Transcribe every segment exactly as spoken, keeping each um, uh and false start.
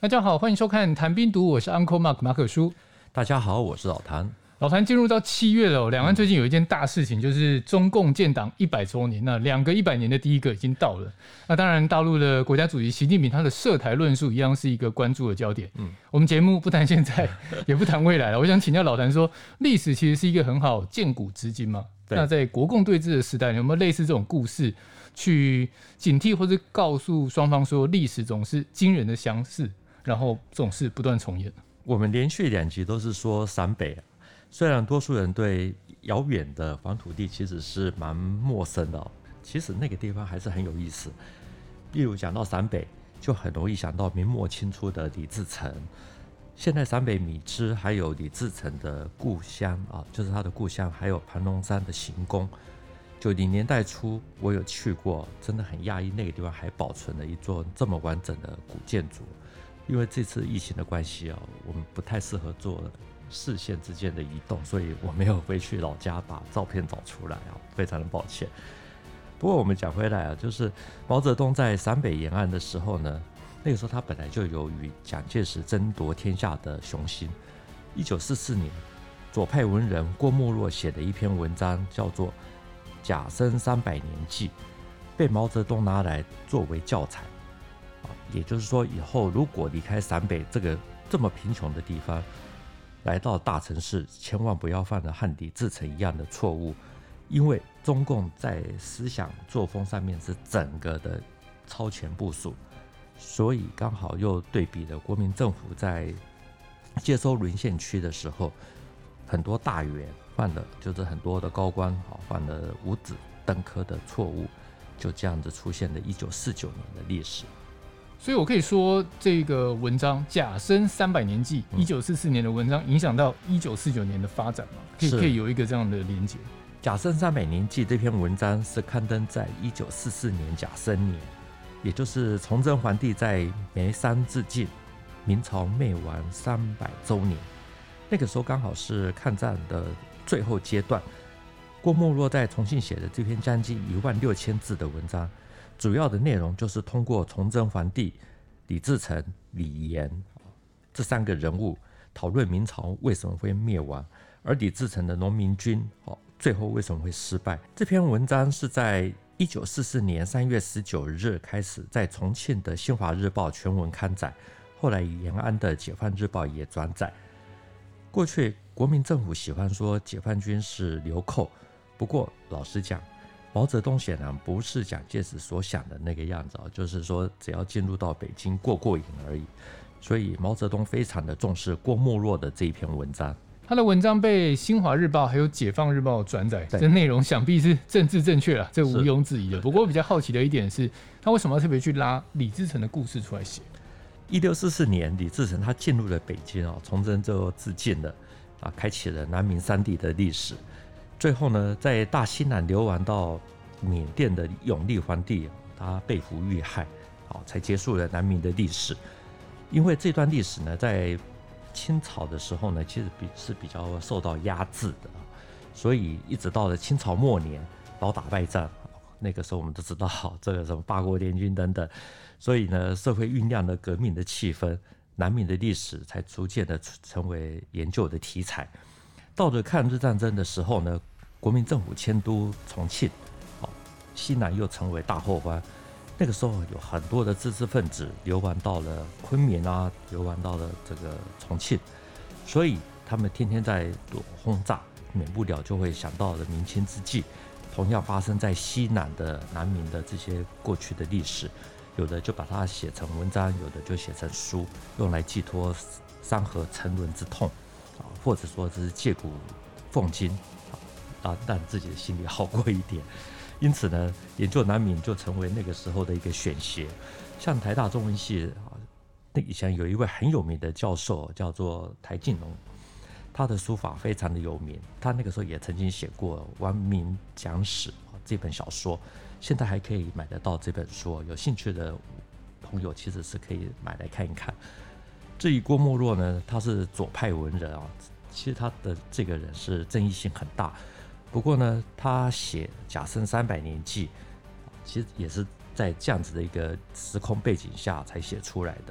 大家好，欢迎收看谈兵读，我是 Uncle Mark 马可叔。 大家好，我是老谭。 老谭，进入到七月了、哦，两岸最近有一件大事情，就是中共建党一百周年。那两个一百年的第一个已经到了。那当然，大陆的国家主席习近平他的涉台论述一样是一个关注的焦点。嗯，我们节目不谈现在，也不谈未来了。我想请教老谭说，历史其实是一个很好见古知今嘛？那在国共对峙的时代，有没有类似这种故事去警惕或者告诉双方说，历史总是惊人的相似，然后总是不断重演？ 我们连续两集都是说陕北。虽然多数人对遥远的黄土地其实是蛮陌生的、哦，其实那个地方还是很有意思。例如讲到陕北，就很容易想到明末清初的李自成。现在陕北米脂还有李自成的故乡啊，就是他的故乡，还有盘龙山的行宫。九零年代初，我有去过，真的很讶异，那个地方还保存了一座这么完整的古建筑。因为这次疫情的关系啊，我们不太适合做市县之间的移动，所以我没有回去老家把照片找出来啊，非常的抱歉。不过我们讲回来啊，就是毛泽东在陕北沿岸的时候呢，那个时候他本来就有与蒋介石争夺天下的雄心。一九四四年，左派文人郭沫若写的一篇文章叫做《甲申三百年记》，被毛泽东拿来作为教材。也就是说，以后如果离开陕北这个这么贫穷的地方，来到大城市，千万不要犯了和李自成一样的错误，因为中共在思想作风上面是整个的超前部署，所以刚好又对比了国民政府在接收沦陷区的时候，很多大员犯了，就是很多的高官犯了五子登科的错误，就这样子出现了一九四九年的历史。 所以我可以说，这个文章《甲申三百年记》一九四四年的文章，影响到一九四九年的发展嘛？可以可以有一个这样的连结。《 甲申三百年记》这篇文章是刊登在一九四四年甲申年，也就是崇祯皇帝在眉山自尽，明朝灭亡三百周年。那个时候刚好是抗战的最后阶段。郭沫若在重庆写的这篇将近一万六千字的文章，主要的内容就是通过崇祯皇帝、李自成、李严这三个人物讨论明朝为什么会灭亡，而李自成的农民军最后为什么会失败。这篇文章是在一九四四年三月十九日开始在重庆的新华日报全文刊载，后来延安的解放日报也转载。过去国民政府喜欢说解放军是流寇，不过老实讲，毛泽东显然不是蒋介石所想的那个样子，就是说只要进入到北京过过瘾而已。所以毛泽东非常的重视郭沫若的这一篇文章。 他的文章被新华日报还有解放日报转载，这内容想必是政治正确了，这毋庸置疑的。不过我比较好奇的一点是，他为什么要特别去拉李自成的故事出来写？ 一六四四年，李自成他进入了北京，崇祯就自尽了，开启了南明三帝的历史。最后呢，在大西南流亡到缅甸的永历皇帝，他被俘遇害，才结束了南明的历史。因为这段历史呢，在清朝的时候呢，其实是比较受到压制的，所以一直到了清朝末年，老打败仗，那个时候我们都知道这个什么八国联军等等，所以呢，社会酝酿了革命的气氛，南明的历史才逐渐的成为研究的题材。到了抗日战争的时候呢，国民政府迁都重庆，西南又成为大后方。那个时候有很多的知识分子流亡到了昆明啊，流亡到了这个重庆，所以他们天天在躲轰炸，免不了就会想到了明清之际同样发生在西南的南明的这些过去的历史，有的就把它写成文章，有的就写成书，用来寄托山河沉沦之痛，或者说这是借古讽今啊，让自己的心里好过一点。因此呢，研究南明就成为那个时候的一个选学。像台大中文系那以前有一位很有名的教授叫做台静农，他的书法非常的有名，他那个时候也曾经写过《王明讲史》这本小说，现在还可以买得到这本书，有兴趣的朋友其实是可以买来看一看。至于郭沫若呢，他是左派文人啊，其实他的这个人是争议性很大。不过呢，他写《甲申三百年记》，其实也是在这样子的一个时空背景下才写出来的。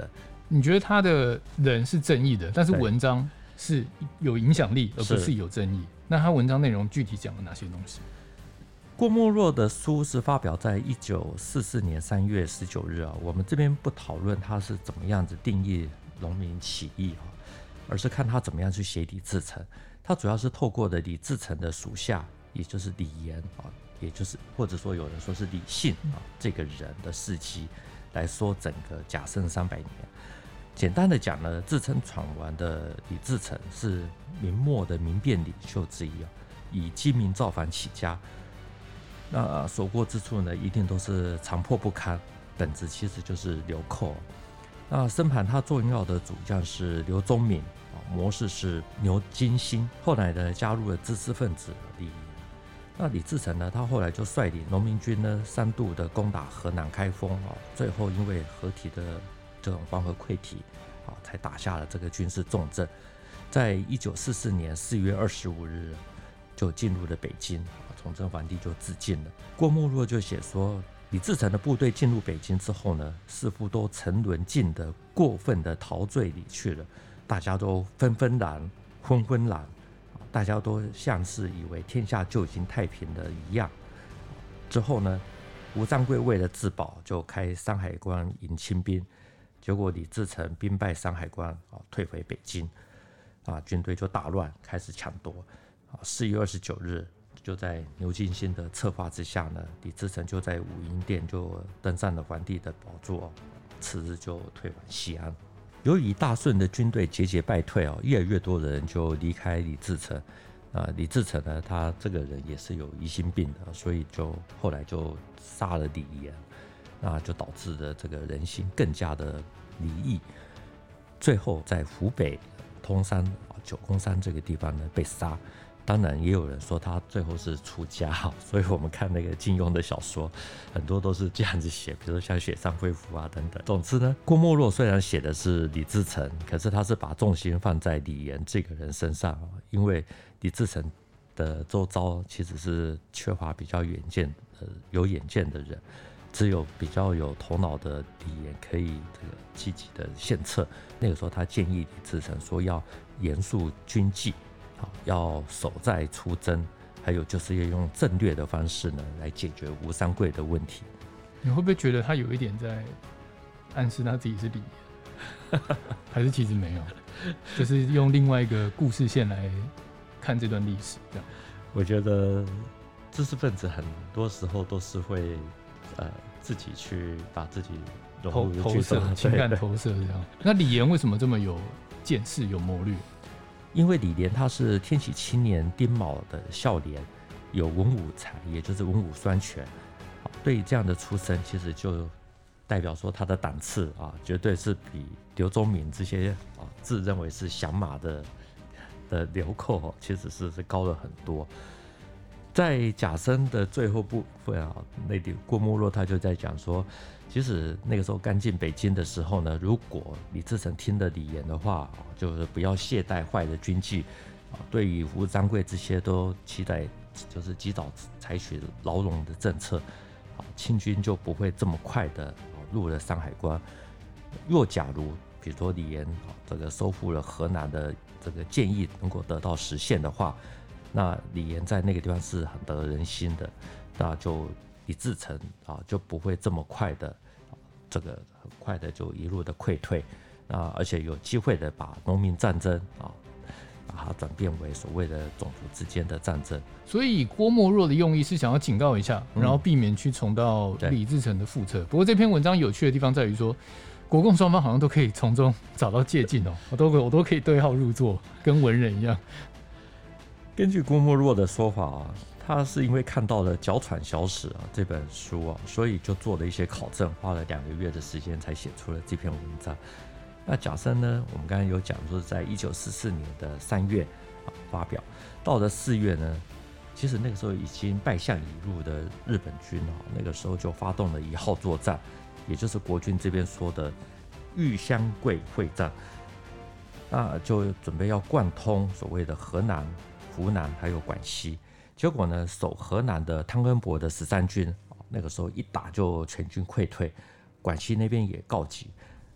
你觉得他的人是正义的，但是文章是有影响力，而不是有争议。那他文章内容具体讲了哪些东西？ 郭沫若的书是发表在一九四四年三月十九日啊。我们这边不讨论他是怎么样子定义农民起义啊，而是看他怎么样去写李自成。他主要是透过的李自成的属下，也就是李严啊，也就是或者说有人说是李信啊这个人的事迹，来说整个甲申三百年。简单的讲呢，自称闯王的李自成是明末的民变领袖之一啊，以饥民造反起家。那所过之处呢，一定都是残破不堪，本质其实就是流寇。那身旁他重要的主将是刘宗敏，谋士是牛金星，后来呢加入了知识分子李。那李自成呢，他后来就率领农民军呢三度的攻打河南开封啊，最后因为河体的这种黄河溃堤啊，才打下了这个军事重镇。在一九四四年四月二十五日，就进入了北京。崇祯皇帝就自尽了。郭沫若就写说，李自成的部队进入北京之后呢，似乎都沉沦进的过分的陶醉里去了，大家都纷纷然、昏昏然，大家都像是以为天下就已经太平了一样。之后呢，吴三桂为了自保，就开山海关迎清兵，结果李自成兵败山海关，退回北京，啊，军队就大乱，开始抢夺。四月二十九日。就在牛金星的策划之下呢，李自成就在武英殿就登上了皇帝的宝座，次日就退往西安。由于大顺的军队节节败退哦，越来越多人就离开李自成。啊，李自成呢，他这个人也是有疑心病的，所以就后来就杀了李严，那就导致了这个人心更加的离异。最后在湖北通山九宫山这个地方呢被杀。当然也有人说他最后是出家，所以我们看那个金庸的小说很多都是这样子写，比如说像雪山恢复啊等等。总之呢，郭沫若虽然写的是李自成，可是他是把重心放在李严这个人身上，因为李自成的周遭其实是缺乏比较远见、呃、有远见的人，只有比较有头脑的李严可以这个积极的献策。那个时候他建议李自成说要严肃军纪，要守寨出征，还有就是要用战略的方式呢来解决吴三桂的问题。 你会不会觉得他有一点在暗示他自己是李严，还是其实没有，就是用另外一个故事线来看这段历史？这样， 我觉得知识分子很多时候都是会呃自己去把自己融入投射情感投射这样。那李严为什么这么有见识、有谋略？ 因为李严他是天启七年丁卯的孝廉，有文武才，也就是文武双全。对于这样的出身，其实就代表说他的档次啊，绝对是比刘宗敏这些啊自认为是降马的的流寇，其实是是高了很多。在甲申的最后部分啊，那里郭沫若他就在讲说，其实那个时候刚进北京的时候呢，如果李自成听了李严的话，就是不要懈怠坏了军纪，对于吴三桂这些都期待就是及早采取牢笼的政策，清军就不会这么快的入了山海关。若假如比如说李严这个收复了河南的这个建议能够得到实现的话，那李严在那个地方是很得人心的，那就李自成啊就不会这么快的，这个很快的就一路的溃退，那而且有机会的把农民战争啊，把它转变为所谓的种族之间的战争。 所以郭沫若的用意是想要警告一下，然后避免去重蹈李自成的覆辙。不过这篇文章有趣的地方在于说，国共双方好像都可以从中找到借鉴哦，我都我都可以对号入座，跟文人一样。 根据郭沫若的说法啊，他是因为看到了《脚喘小史》啊这本书啊，所以就做了一些考证，花了两个月的时间才写出了这篇文章。那甲申呢，我们刚才有讲说，在一九四四年的三月啊发表，到了四月呢，其实那个时候已经败相已入的日本军啊，那个时候就发动了一号作战，也就是国军这边说的豫湘桂会战，那就准备要贯通所谓的河南、湖南还有广西。结果呢，守河南的汤恩伯的十三军那个时候一打就全军溃退，广西那边也告急。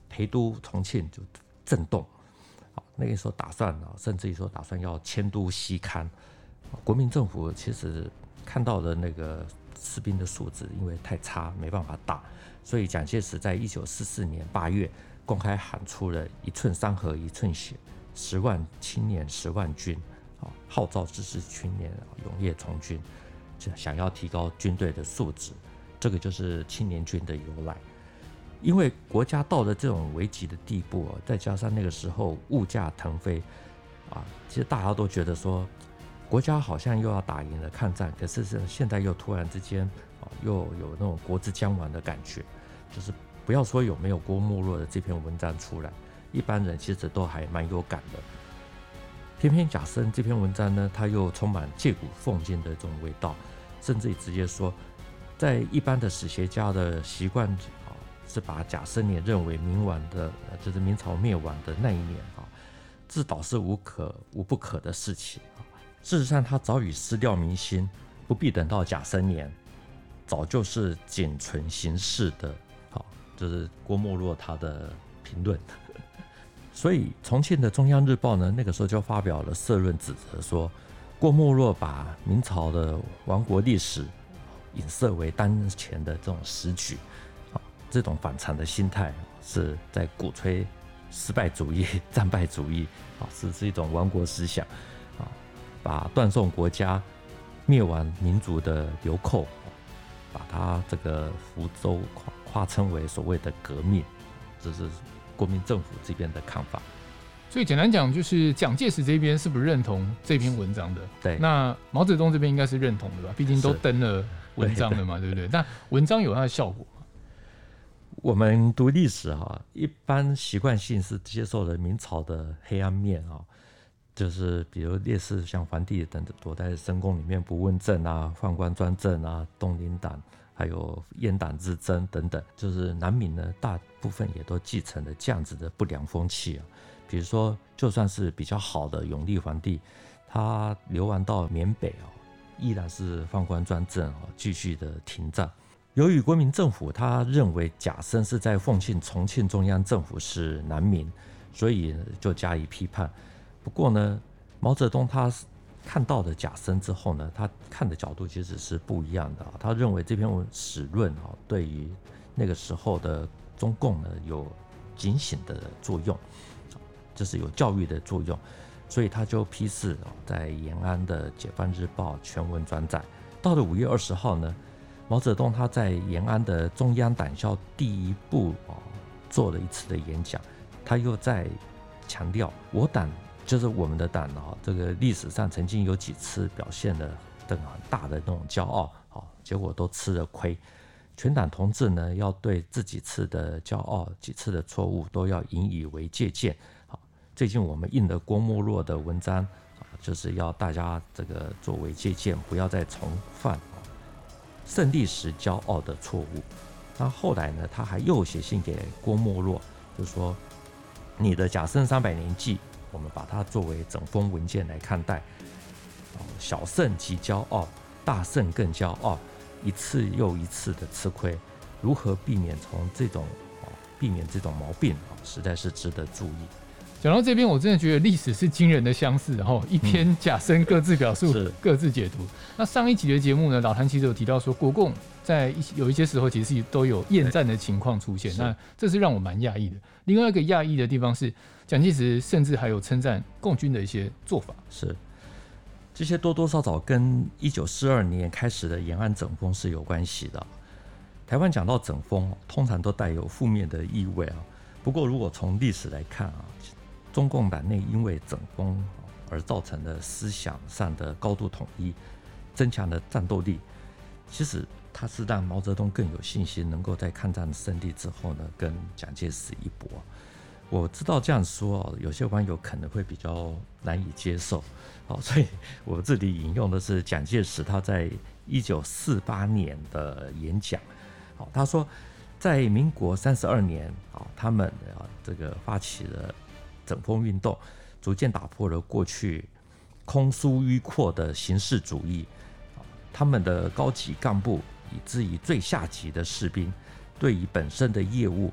陪都重庆就震动。那个时候打算甚至于说打算要迁都西勘，国民政府其实看到的那个士兵的素质因为太差没办法打，所以蒋介石在一九四四年八月公开喊出了一寸山河一寸血，十万青年十万军，号召知识青年勇烈从军，想要提高军队的素质，这个就是青年军的由来。因为国家到了这种危急的地步，再加上那个时候物价腾飞啊，其实大家都觉得说国家好像又要打赢了抗战，可是现在又突然之间啊又有那种国之将亡的感觉，就是不要说有没有郭沫若的这篇文章出来，一般人其实都还蛮有感的。偏偏贾生这篇文章呢，它又充满借古讽今的这种味道，甚至于直接说，在一般的史学家的习惯啊，是把甲申年认为明亡的，就是明朝灭亡的那一年啊，自导是无可无不可的事情啊。事实上，他早已失掉民心，不必等到甲申年，早就是仅存形式的，好，就是郭沫若他的评论。所以重庆的中央日报呢，那个时候就发表了社论，指责说郭沫若把明朝的亡国历史影射为当前的这种时局，这种反常的心态是在鼓吹失败主义、战败主义，是是一种亡国思想，把断送国家、灭亡民族的流寇，把它这个福州夸称为所谓的革命，这是国民政府这边的看法。 所以简单讲，就是蒋介石这边是不认同这篇文章的， 对。 那毛泽东这边应该是认同的吧？毕竟都登了文章了嘛， 对, 对不对？但文章有它的效果吗？ 我们读历史哈，一般习惯性是接受了明朝的黑暗面啊，就是比如烈士像皇帝等躲在深宫里面不问政啊，宦官专政啊，东林党还有阉党之争等等，就是南明呢大部分也都继承了这样子的不良风气啊。比如说，就算是比较好的永历皇帝，他流亡到缅北啊，依然是宦官专政啊，继续的停战。由于国民政府他认为甲申是在奉庆重庆中央政府是南明，所以就加以批判。不过呢，毛泽东他看到的甲申之后呢，他看的角度其实是不一样的。他认为这篇史论对于那个时候的中共呢有警醒的作用，就是有教育的作用，所以他就批示在延安的《解放日报》全文转载。到了五月二十号呢，毛泽东他在延安的中央党校第一部做了一次的演讲，他又在强调我党就是我们的党啊，这个历史上曾经有几次表现了很大的那种骄傲，结果都吃了亏。全党同志呢，要对自己次的骄傲、几次的错误都要引以为借鉴。最近我们印了郭沫若的文章，就是要大家这个作为借鉴，不要再重犯胜利时骄傲的错误。那后来呢，他还又写信给郭沫若，就说你的甲申三百年记，我们把它作为整封文件来看待。小胜即骄傲，大胜更骄傲，一次又一次的吃亏，如何避免从这种避免这种毛病，实在是值得注意。 讲到这边，我真的觉得历史是惊人的相似，然后一篇甲申各自表述、嗯、各自解读。那上一集的节目呢，老谭其实有提到说，国共在有一些时候其实都有厌战的情况出现，那这是让我蛮讶异的。另外一个讶异的地方是，蒋介石甚至还有称赞共军的一些做法， 是这些多多少少跟一九四二年开始的延安整风是有关系的。台湾讲到整风，通常都带有负面的意味啊。不过如果从历史来看啊，中共党内因为整风而造成的思想上的高度统一，增强了战斗力，其实它是让毛泽东更有信心，能够在抗战胜利之后呢，跟蒋介石一搏。我知道这样说，有些网友可能会比较难以接受，所以我这里引用的是蒋介石他在一九四八年的演讲。他说，在民国三十二年，他们这个发起了整风运动，逐渐打破了过去空疏迂阔的形式主义。他们的高级干部以至于最下级的士兵，对于本身的业务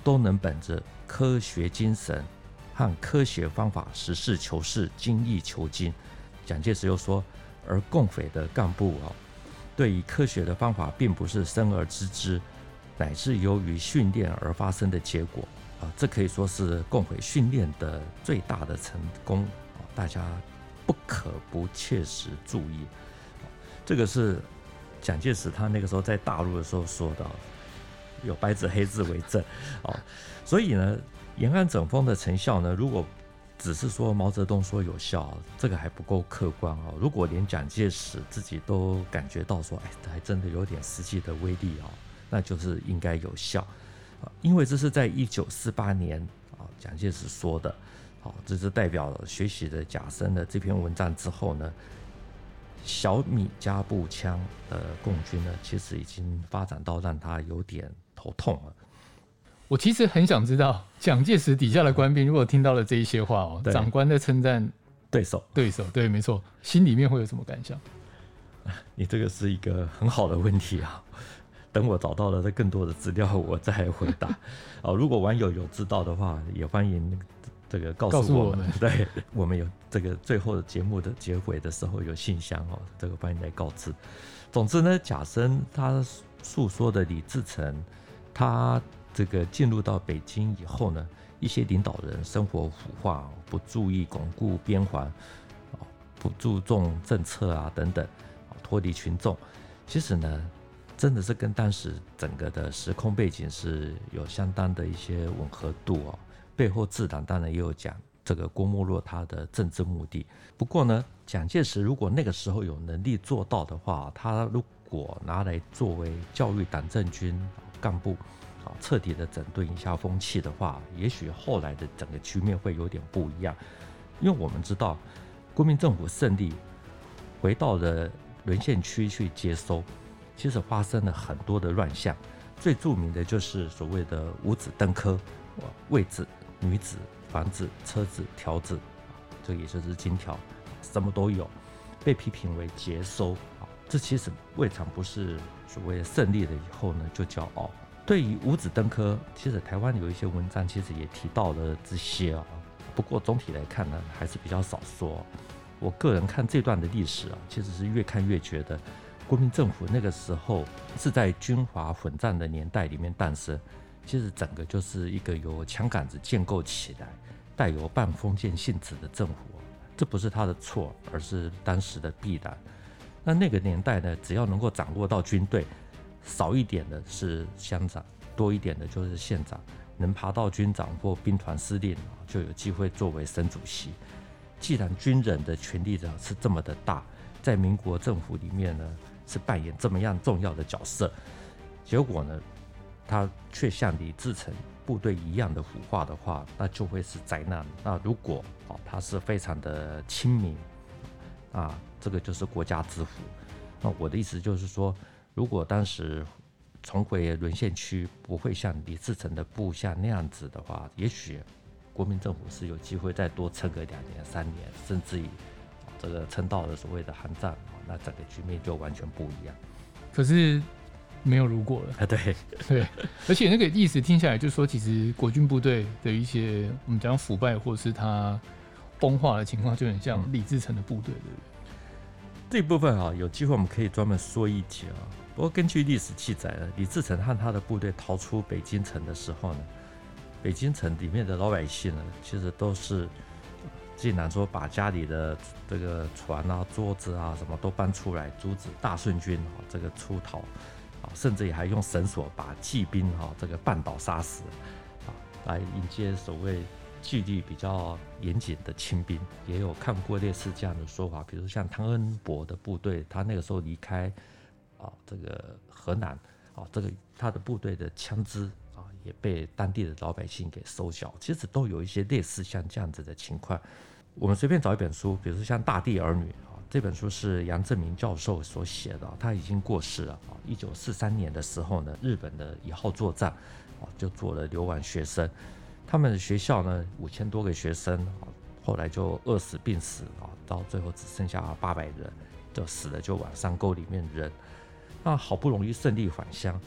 都能本着科学精神和科学方法实事求是、精益求精。蒋介石又说，而共匪的干部啊，对于科学的方法并不是生而知之，乃是由于训练而发生的结果啊，这可以说是共匪训练的最大的成功啊，大家不可不切实注意。这个是蒋介石他那个时候在大陆的时候说的，有白纸黑字为证啊。所以呢，延安整风的成效呢，如果只是说毛泽东说有效，这个还不够客观啊。如果连蒋介石自己都感觉到说，哎，还真的有点实际的威力啊，那就是应该有效啊。因为这是在一九四八年啊，蒋介石说的，好，这是代表了学习了甲申的这篇文章之后呢，小米加步枪的共军呢，其实已经发展到让他有点头痛了。 我其实很想知道，蒋介石底下的官兵如果听到了这一些话哦，长官在称赞对手， 对手，对，没错，心里面会有什么感想？ 你这个是一个很好的问题啊！等我找到了更多的资料，我再来回答。啊，如果网友有知道的话，也欢迎这个告诉我们。我们对，我们有这个最后的节目的结尾的时候有信箱哦，这个欢迎来告知。总之呢，甲申他诉说的李自成，他这个进入到北京以后呢，一些领导人生活腐化，不注意巩固边环，不注重政策啊等等，脱离群众。其实呢，真的是跟当时整个的时空背景是有相当的一些吻合度哦。背后自然当然也有讲这个郭沫若他的政治目的。不过呢，蒋介石如果那个时候有能力做到的话，他如果拿来作为教育党政军干部，彻底的整顿一下风气的话，也许后来的整个局面会有点不一样。因为我们知道，国民政府胜利，回到了沦陷区去接收，其实发生了很多的乱象。最著名的就是所谓的五子登科，位子、女子、房子、车子、条子，这也就是金条，什么都有，被批评为节收。这其实未尝不是所谓胜利了以后呢就骄傲。对于五子登科，其实台湾有一些文章其实也提到了这些啊，不过总体来看呢，还是比较少说。我个人看这段的历史啊，其实是越看越觉得，国民政府那个时候是在军阀混战的年代里面诞生，其实整个就是一个由枪杆子建构起来、带有半封建性质的政府，这不是他的错，而是当时的必然。那那个年代呢，只要能够掌握到军队，少一点的是乡长，多一点的就是县长，能爬到军长或兵团司令，就有机会作为省主席。既然军人的权力是这么的大，在民国政府里面呢，是扮演这么样重要的角色，结果呢，他却像李自成部队一样的腐化的话，那就会是灾难。那如果哦，他是非常的亲民啊，这个就是国家之福。那我的意思就是说，如果当时重回沦陷区，不会像李自成的部下那样子的话，也许国民政府是有机会再多撑个两年、三年，甚至于这个撑到了所谓的韩战，那整个局面就完全不一样。 可是没有如果了啊，对对，而且那个意思听下来，就是说，其实国军部队的一些我们讲腐败或是它崩化的情况，就很像李自成的部队，对不对？ 这一部分啊，有机会我们可以专门说一节啊。不过根据历史记载呢，李自成和他的部队逃出北京城的时候呢，北京城里面的老百姓呢，其实都是竟然说把家里的这个船啊、桌子啊什么都搬出来，阻止大顺军啊这个出逃啊，甚至也还用绳索把骑兵啊这个绊倒杀死啊，来迎接所谓纪律比较严谨的清兵。也有看过类似这样的说法，比如像汤恩伯的部队，他那个时候离开啊这个河南啊，这个他的部队的枪支啊也被当地的老百姓给收缴，其实都有一些类似像这样子的情况。我们随便找一本书，比如说像《大地儿女》啊，这本书是杨振民教授所写的，他已经过世了啊。一九四三年的时候呢，日本的一号作战啊就做了流亡学生。他们的学校呢，五千多个学生，后来就饿死病死啊，到最后只剩下八百人，就死了就往山沟里面扔。那好不容易顺利返乡，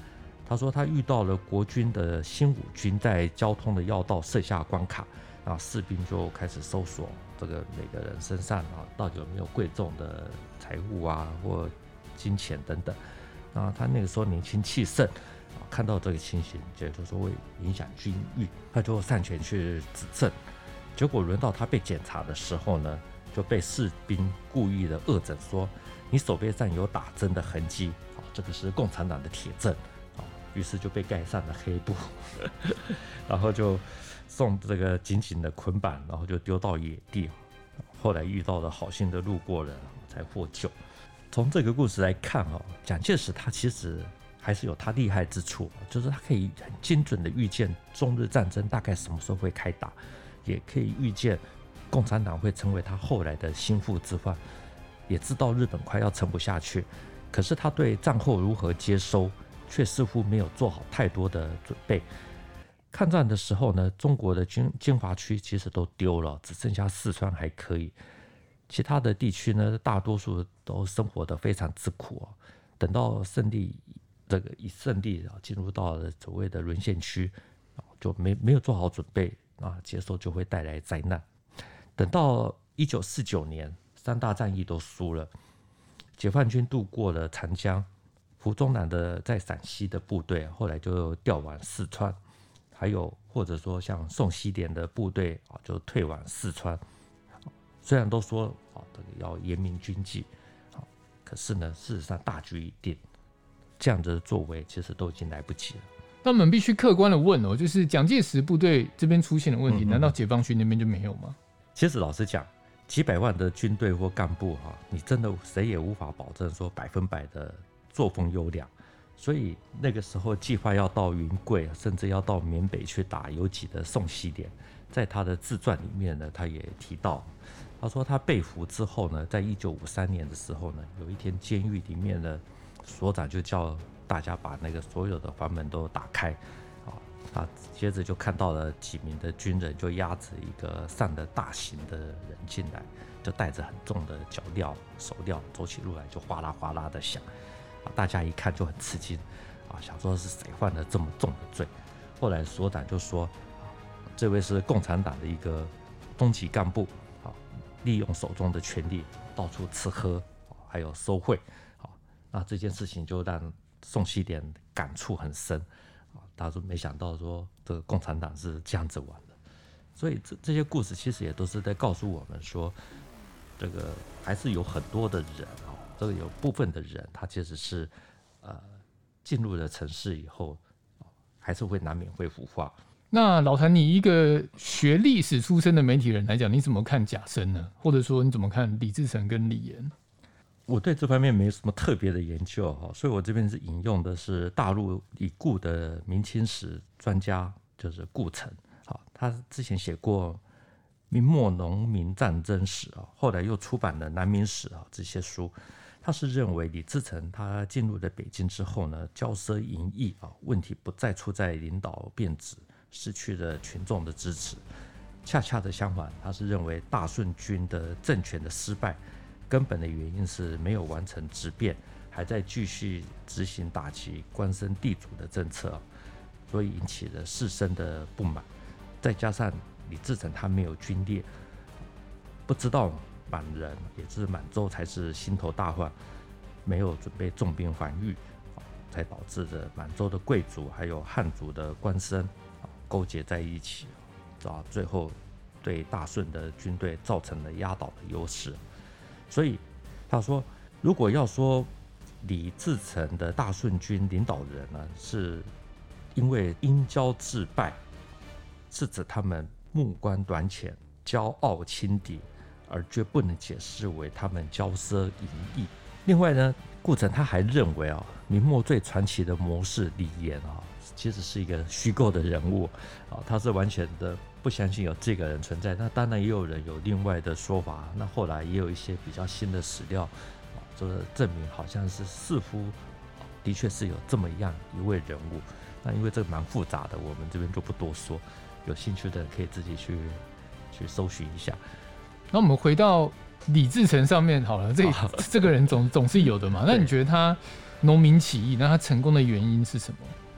他说他遇到了国军的新五军在交通的要道设下关卡，然后士兵就开始搜索这个每个人身上啊到底有没有贵重的财物啊或金钱等等。然后他那个时候年轻气盛，看到这个情形，觉得说会影响军誉，他就上前去指证。结果轮到他被检查的时候呢，就被士兵故意的恶整说：“你手背上有打针的痕迹，啊，这个是共产党的铁证。”啊，于是就被盖上了黑布，然后就送这个紧紧的捆绑，然后就丢到野地。后来遇到了好心的路过人，才获救。从这个故事来看啊，蒋介石他其实还是有他厉害之处，就是他可以很精准的预见中日战争大概什么时候会开打，也可以预见共产党会成为他后来的心腹之患，也知道日本快要撑不下去，可是他对战后如何接收却似乎没有做好太多的准备。抗战的时候呢，中国的精精华区其实都丢了，只剩下四川还可以，其他的地区呢，大多数都生活得非常之苦哦。等到胜利这个以胜利啊进入到了所谓的沦陷区，就没没有做好准备啊，接收就会带来灾难。等到一九四九年，三大战役都输了，解放军渡过了长江，胡宗南的在陕西的部队后来就调往四川，还有或者说像宋希濂的部队啊，就退往四川。虽然都说啊，这个要严明军纪，可是呢，事实上大局已定，这样的作为其实都已经来不及了。 那我们必须客观的问哦，就是蒋介石部队这边出现的问题， 嗯嗯难道解放军那边就没有吗？ 其实老实讲，几百万的军队或干部哈，你真的谁也无法保证说百分百的作风优良。所以那个时候计划要到云贵，甚至要到缅北去打游击的宋希濂，在他的自传里面呢，他也提到。他说他被俘之后呢，在一九五三年的时候呢，有一天监狱里面呢，所长就叫大家把那个所有的房门都打开，啊，他接着就看到了几名的军人就押着一个上了大刑的人进来，就带着很重的脚镣、手镣，走起路来就哗啦哗啦的响，啊，大家一看就很吃惊，啊，想说是谁犯了这么重的罪。后来所长就说，啊，这位是共产党的一个中级干部。利用手中的权力到处吃喝，还有收贿，那这件事情就让宋希濂感触很深。他说没想到说这个共产党是这样子玩的，所以 这, 这些故事其实也都是在告诉我们说，这个还是有很多的人，这个有部分的人他其实是呃进入了城市以后，还是会难免会腐化。 那老谭，你一个学历史出身的媒体人来讲，你怎么看甲申呢？或者说你怎么看李自成跟李严？ 我对这方面没有什么特别的研究，所以我这边是引用的是大陆已故的明清史专家，就是顾城。他之前写过《明末农民战争史》，后来又出版了《南明史》这些书。他是认为李自成他进入了北京之后呢，骄奢淫逸，问题不再出在领导变质，失去了群众的支持，恰恰的相反，他是认为大顺军的政权的失败，根本的原因是没有完成质变，还在继续执行打击官绅地主的政策，所以引起了士绅的不满。再加上李自成他没有军列，不知道满人也就是满洲才是心头大患，没有准备重兵防御，才导致的满洲的贵族还有汉族的官绅勾结在一起，最后对大顺的军队造成了压倒的优势。所以他说，如果要说李自成的大顺军领导人呢，是因为因骄致败，是指他们目光短浅、骄傲轻敌，而绝不能解释为他们骄奢淫逸。另外呢，顾城他还认为啊，明末最传奇的谋士李严啊，其实是一个虚构的人物啊，他是完全的不相信有这个人存在。那当然也有人有另外的说法，那后来也有一些比较新的史料，就是证明好像是似乎的确是有这么样一位人物。那因为这个蛮复杂的，我们这边就不多说，有兴趣的人可以自己去去搜寻一下。 那我们回到李自成上面好了，这这个人总总是有的嘛。那你觉得他农民起义，那他成功的原因是什么？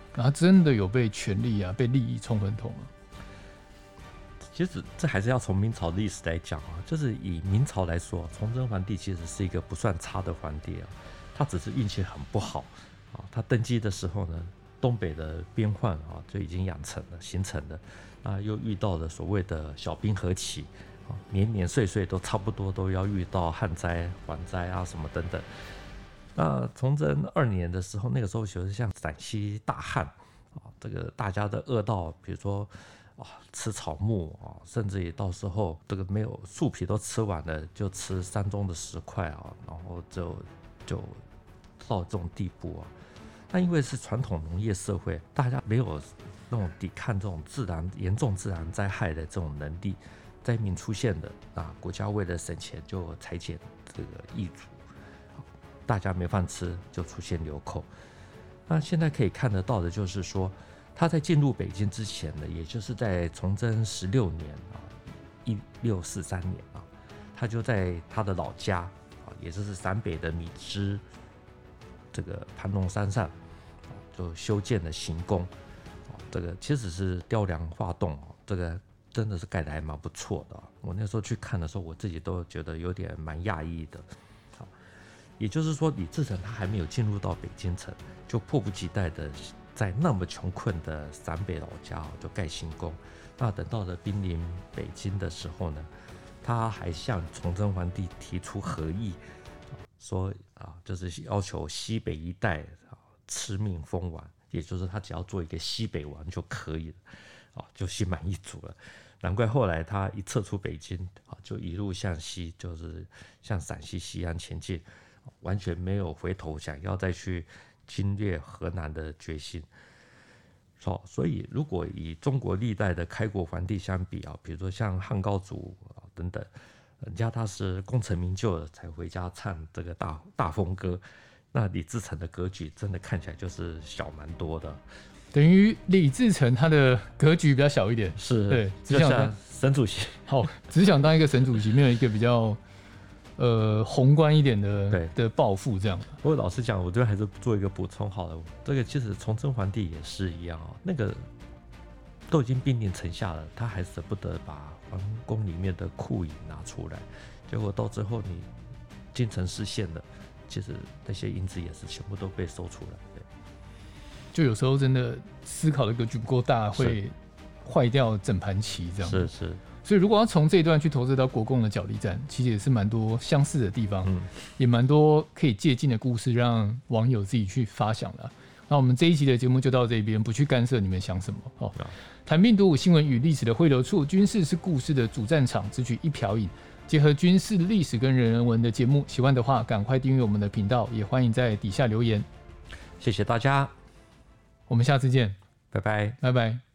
然后真的有被权力啊、被利益冲昏头吗？ 其实这还是要从明朝历史来讲啊，就是以明朝来说，崇祯皇帝其实是一个不算差的皇帝啊，他只是运气很不好啊。他登基的时候呢，东北的边患啊就已经养成了、形成了，啊，又遇到了所谓的小冰河期啊，年年岁岁都差不多都要遇到旱灾、蝗灾啊什么等等。那崇祯二年的时候，那个时候就是像陕西大旱啊，这个大家的饿到，比如说。啊，吃草木啊，甚至于到时候这个没有树皮都吃完了，就吃山中的石块啊，然后就就到这种地步啊。那因为是传统农业社会，大家没有那种抵抗这种自然严重自然灾害的这种能力，灾民出现的啊，国家为了省钱就裁减这个役主，大家没饭吃，就出现流口。那现在可以看得到的就是说。他在进入北京之前呢，也就是在崇祯十六年啊，一六四三年啊，他就在他的老家啊，也就是陕北的米脂这个盘龙山上，就修建了行宫。这个其实是雕梁画栋，这个真的是盖得还蛮不错的。我那时候去看的时候，我自己都觉得有点蛮讶异的。也就是说，李自成他还没有进入到北京城，就迫不及待的。在那么穷困的陕北老家就盖行宫，那等到了兵临北京的时候呢，他还向崇祯皇帝提出和议，说啊，就是要求西北一带啊赐命封王，也就是他只要做一个西北王就可以了，啊，就心满意足了。难怪后来他一撤出北京啊，就一路向西，就是向陕西西安前进，完全没有回头想要再去。侵略河南的决心，哦，所以如果以中国历代的开国皇帝相比啊，比如说像汉高祖啊等等，人家他是功成名就了才回家唱这个大大风歌，那李自成的格局真的看起来就是小蛮多的， 等于李自成他的格局比较小一点， 是， 对， 只想当省主席， 好，只想当一个省主席，没有一个比较。呃，宏观一点的的抱负这样。 不过老实讲，我这边还是做一个补充好了。这个其实崇祯皇帝也是一样哦，那个都已经兵临城下了，他还舍不得把皇宫里面的库银拿出来，结果到最后你京城失陷了，其实那些银子也是全部都被收出来。对， 就有时候真的思考的格局不够大，会坏掉整盘棋这样。 是是。 所以如果要从这一段去投射到国共的角力战，其实也是蛮多相似的地方，嗯、也蛮多可以借鉴的故事，让网友自己去发想了。那我们这一集的节目就到这边，不去干涉你们想什么哦。谈病毒新闻与历史的汇流处，军事是故事的主战场，只取一瓢饮，结合军事历史跟人文的节目，喜欢的话赶快订阅我们的频道，也欢迎在底下留言。 谢谢大家， 我们下次见， 拜拜， 拜拜。